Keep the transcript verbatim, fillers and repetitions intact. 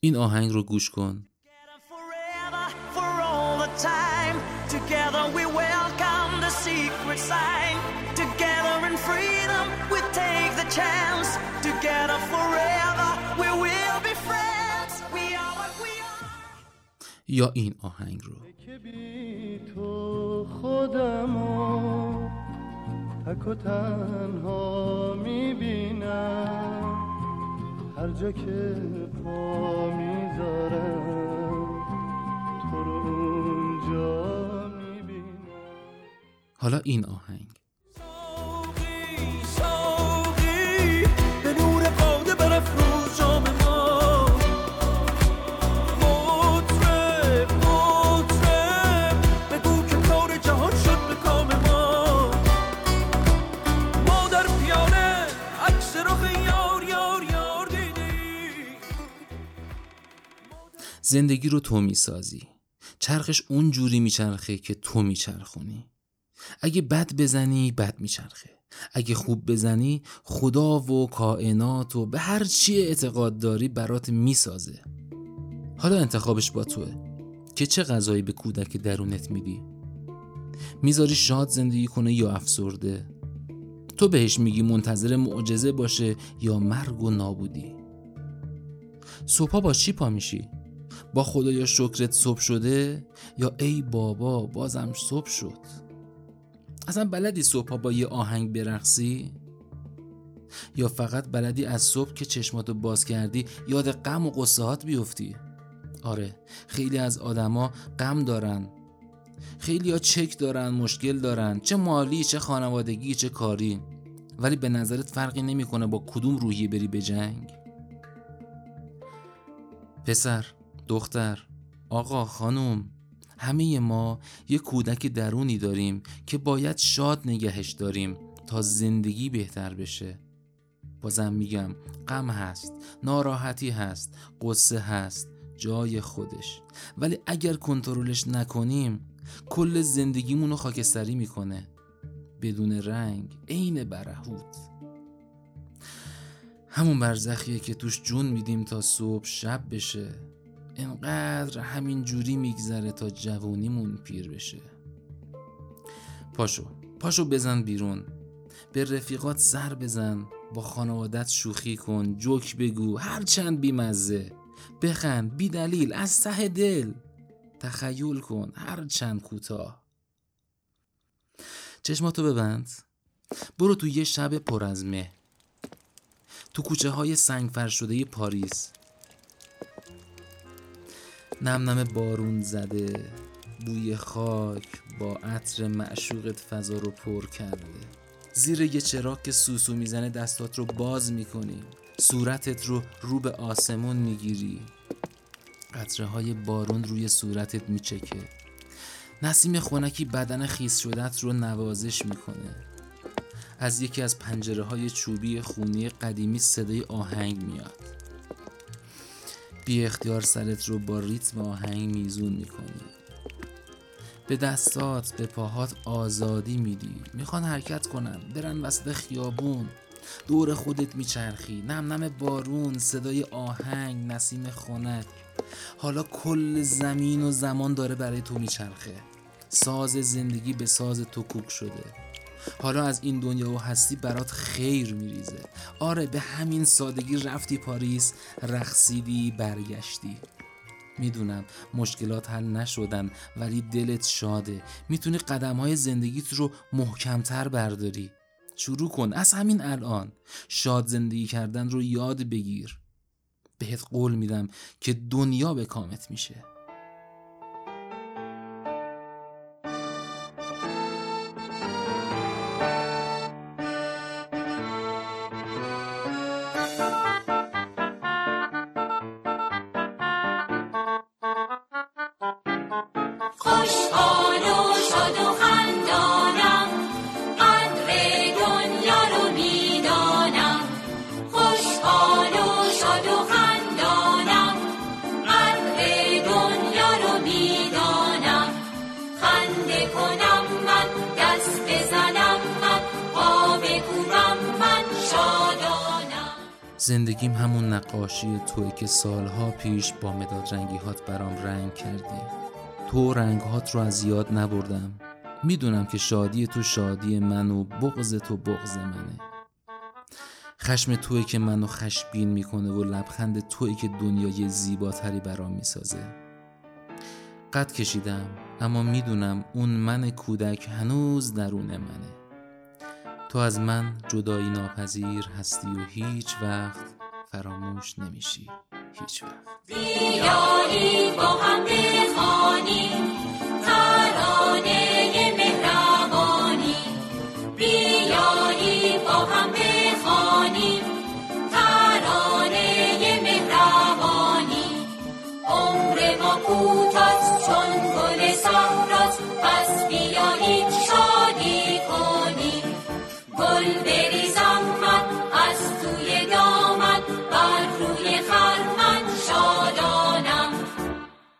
این آهنگ رو گوش کن. یا این آهنگ رو. که بی تو خودمو تک و تنها میبینم، هر جا که پا میذارم تو رو اونجا میبینم. حالا این آهنگ. ساقی ساقی به نور باده برافروز جام ما، مطرب مطرب بگو که کار جهان شد به کام ما، ما در پیاله عکس رخ یار یار یار دیدی. زندگی رو تو میسازی، چرخش اون جوری میچرخه که تو میچرخونی. اگه بد بزنی بد میچرخه، اگه خوب بزنی خدا و کائنات و به هر چی اعتقاد داری برات میسازه. حالا انتخابش با توه که چه غذایی به کودک درونت میدی. میذاری شاد زندگی کنه یا افسرده؟ تو بهش میگی منتظر معجزه باشه یا مرگ و نابودی؟ صبحا با چی پا میشی؟ با خدایا شکرت صبح شده یا ای بابا بازم صبح شد؟ اصلا بلدی صبحا با یه آهنگ برقصی؟ یا فقط بلدی از صبح که چشماتو باز کردی یاد غم و غصه‌هات بیفتی؟ آره، خیلی از آدما غم دارن، خیلی ها چک دارن، مشکل دارن، چه مالی چه خانوادگی چه کاری، ولی به نظرت فرقی نمیکنه با کدوم روحیه بری به جنگ؟ پسر، دختر، آقا، خانم، همه ما یه کودک درونی داریم که باید شاد نگهش داریم تا زندگی بهتر بشه. بازم میگم غم هست، ناراحتی هست، قصه هست، جای خودش، ولی اگر کنترلش نکنیم کل زندگیمونو خاکستری میکنه، بدون رنگ، عین برهوت. همون برزخیه که توش جون میدیم تا صبح شب بشه، اینقدر همین جوری میگذره تا جوونیمون پیر بشه. پاشو پاشو بزن بیرون، به رفیقات سر بزن، با خانوادت شوخی کن، جوک بگو، هر چند بیمزه، بخند بی دلیل از ته دل، تخیل کن هر چند کوتاه. چشماتو ببند، برو تو یه شب پر از مه، تو کوچه های سنگ فرش شده پاریس، نم نم بارون زده، بوی خاک با عطر معشوقت فضا رو پر کرده، زیر یه چراغ که سوسو میزنه دستات رو باز میکنی، صورتت رو رو به آسمون میگیری، قطره های بارون روی صورتت میچکه، نسیم خنکی بدن خیس شدت رو نوازش میکنه، از یکی از پنجره های چوبی خونی قدیمی صدای آهنگ میاد، بی اختیار سرت رو با ریتم آهنگ میزون میکنی، به دستات به پاهات آزادی میدی، میخوان حرکت کنن، برن وسط خیابون، دور خودت میچرخی، نم نم بارون، صدای آهنگ، نسیم خنک، حالا کل زمین و زمان داره برای تو میچرخه، ساز زندگی به ساز تو کوک شده، حالا از این دنیا و هستی برات خیر میریزه. آره، به همین سادگی رفتی پاریس، رقصیدی، برگشتی. میدونم مشکلات حل نشدن، ولی دلت شاده، میتونی قدم‌های زندگیت رو محکم‌تر برداری. شروع کن از همین الان، شاد زندگی کردن رو یاد بگیر. بهت قول میدم که دنیا به کامت میشه. خوشحال و شاد و خندانم، قدر دنیا زندگیم همون نقاشی توی که سالها پیش با مداد رنگیهات برام رنگ کردی. تو رنگهات رو از یاد نبردم. میدونم که شادی تو شادی من و بغض تو بغض منه. خشم توی که منو خشمگین میکنه و لبخند توی که دنیای زیباتری برام میسازه. قد کشیدم اما میدونم اون من کودک هنوز درون منه. تو از من جدایی ناپذیر هستی و هیچ وقت فراموش نمیشی. هیچ وقت. بیایید با هم بخوانیم ترانه مهربانی، بیایید با هم بخوانیم ترانه مهربانی. عمر ما